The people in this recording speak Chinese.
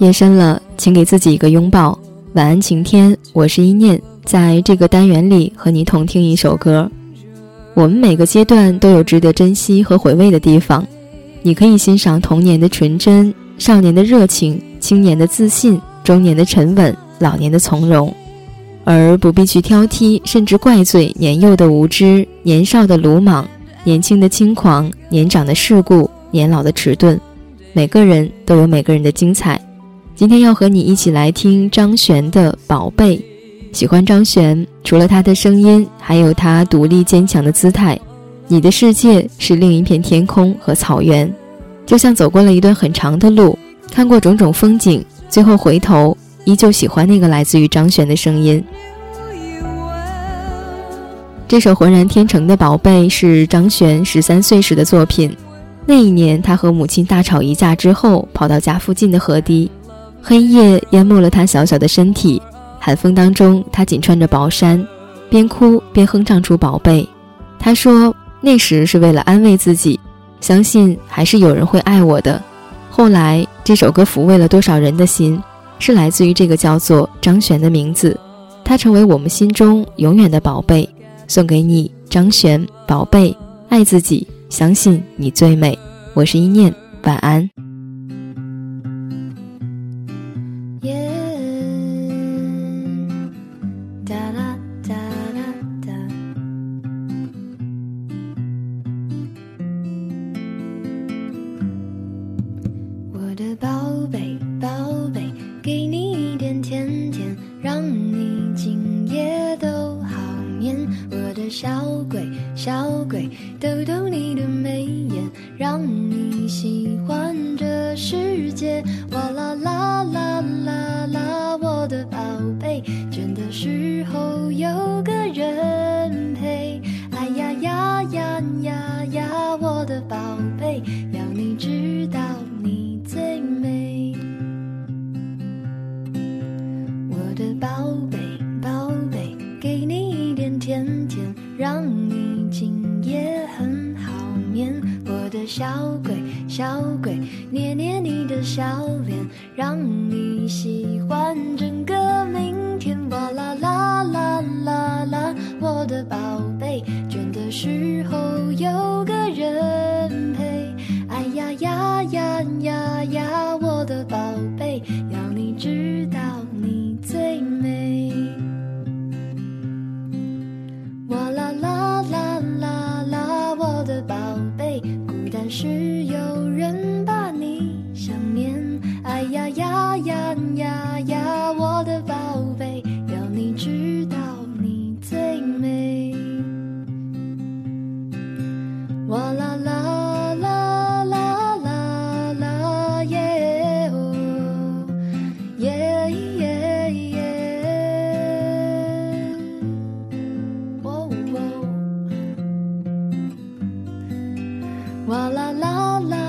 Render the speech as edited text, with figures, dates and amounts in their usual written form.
夜深了，请给自己一个拥抱。晚安晴天，我是一念，在这个单元里和你同听一首歌。我们每个阶段都有值得珍惜和回味的地方，你可以欣赏童年的纯真，少年的热情，青年的自信，中年的沉稳，老年的从容，而不必去挑剔甚至怪罪年幼的无知，年少的鲁莽，年轻的轻狂，年长的世故，年老的迟钝。每个人都有每个人的精彩。今天要和你一起来听张悬的《宝贝》。喜欢张悬，除了他的声音，还有他独立坚强的姿态。你的世界是另一片天空和草原，就像走过了一段很长的路，看过种种风景，最后回头依旧喜欢那个来自于张悬的声音。这首浑然天成的《宝贝》是张悬13岁时的作品。那一年，他和母亲大吵一架之后，跑到家附近的河堤，黑夜淹没了他小小的身体，寒风当中，他紧穿着薄衫，边哭边哼唱出《宝贝》。他说，那时是为了安慰自己，相信还是有人会爱我的。后来，这首歌抚慰了多少人的心，是来自于这个叫做张悬的名字，他成为我们心中永远的宝贝。送给你，张悬，宝贝，爱自己，相信你最美。我是一念，晚安。 我的宝贝宝贝，给你一点甜甜，让你今夜都好眠。我的小鬼小鬼，逗逗你的眉眼，让你喜欢这世界。哇啦啦啦啦啦，我的宝贝，倦的时候有个人陪。哎呀呀呀呀呀，我的宝贝，要你知道你最美。我的宝贝宝贝，给你一点甜甜，让你今夜很好眠。我的小鬼小鬼，捏捏你的笑脸，让你喜欢整个明天。哇啦啦啦啦啦，我的宝贝，倦的时候有个人陪。哎呀呀呀呀呀，我的宝贝，要你知道你最美。哇啦啦啦啦啦，我的宝贝，孤单时有人把你想念。哎呀呀呀呀呀，我的宝贝，要你知道你最美。哇啦啦啦啦啦啦耶哦耶耶耶，哇啦啦啦